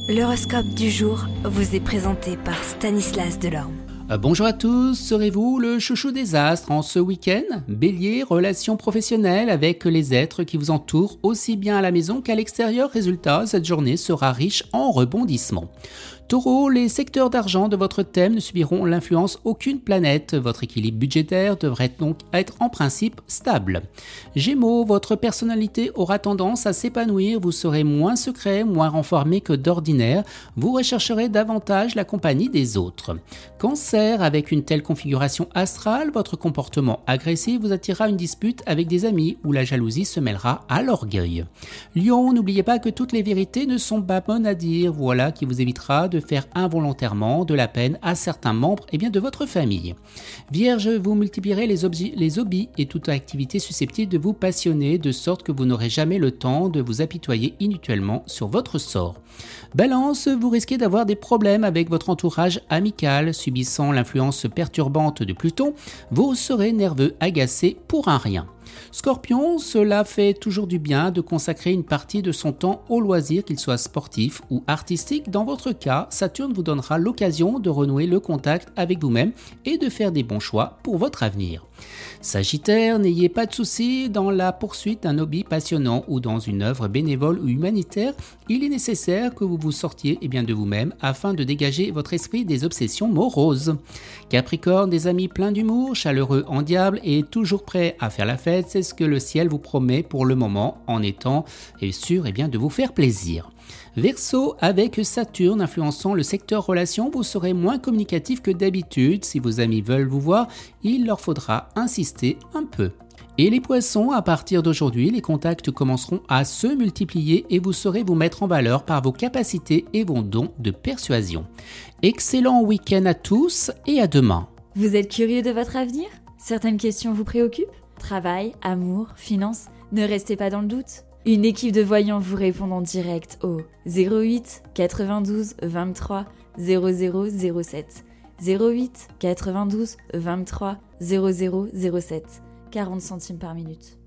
L'horoscope du jour vous est présenté par Stanislas Delorme. Bonjour à tous, serez-vous le chouchou des astres en ce week-end? Bélier, relations professionnelles avec les êtres qui vous entourent aussi bien à la maison qu'à l'extérieur. Résultat, cette journée sera riche en rebondissements. Taureau, les secteurs d'argent de votre thème ne subiront l'influence aucune planète. Votre équilibre budgétaire devrait donc être en principe stable. Gémeaux, votre personnalité aura tendance à s'épanouir. Vous serez moins secret, moins renfermé que d'ordinaire. Vous rechercherez davantage la compagnie des autres. Cancer, avec une telle configuration astrale, votre comportement agressif vous attirera une dispute avec des amis ou la jalousie se mêlera à l'orgueil. Lion, n'oubliez pas que toutes les vérités ne sont pas bonnes à dire. Voilà qui vous évitera de faire involontairement de la peine à certains membres de votre famille. Vierge, vous multiplierez les hobbies et toute activité susceptible de vous passionner, de sorte que vous n'aurez jamais le temps de vous apitoyer inutilement sur votre sort. Balance, vous risquez d'avoir des problèmes avec votre entourage amical, subissant l'influence perturbante de Pluton, vous serez nerveux, agacé pour un rien. Scorpion, cela fait toujours du bien de consacrer une partie de son temps au loisir, qu'il soit sportif ou artistique. Dans votre cas, Saturne vous donnera l'occasion de renouer le contact avec vous-même et de faire des bons choix pour votre avenir. Sagittaire, n'ayez pas de soucis dans la poursuite d'un hobby passionnant ou dans une œuvre bénévole ou humanitaire. Il est nécessaire que vous vous sortiez de vous-même afin de dégager votre esprit des obsessions moroses. Capricorne, des amis pleins d'humour, chaleureux en diable et toujours prêts à faire la fête, c'est ce que le ciel vous promet pour le moment en étant sûr de vous faire plaisir. Verseau, avec Saturne influençant le secteur relations, vous serez moins communicatif que d'habitude. Si vos amis veulent vous voir, il leur faudra insister un peu. Et les poissons, à partir d'aujourd'hui, les contacts commenceront à se multiplier et vous saurez vous mettre en valeur par vos capacités et vos dons de persuasion. Excellent week-end à tous et à demain. Vous êtes curieux de votre avenir? Certaines questions vous préoccupent? Travail, amour, finances? Ne restez pas dans le doute. Une équipe de voyants vous répond en direct au 08 92 23 0007. 08 92 23 0007. 40 centimes par minute.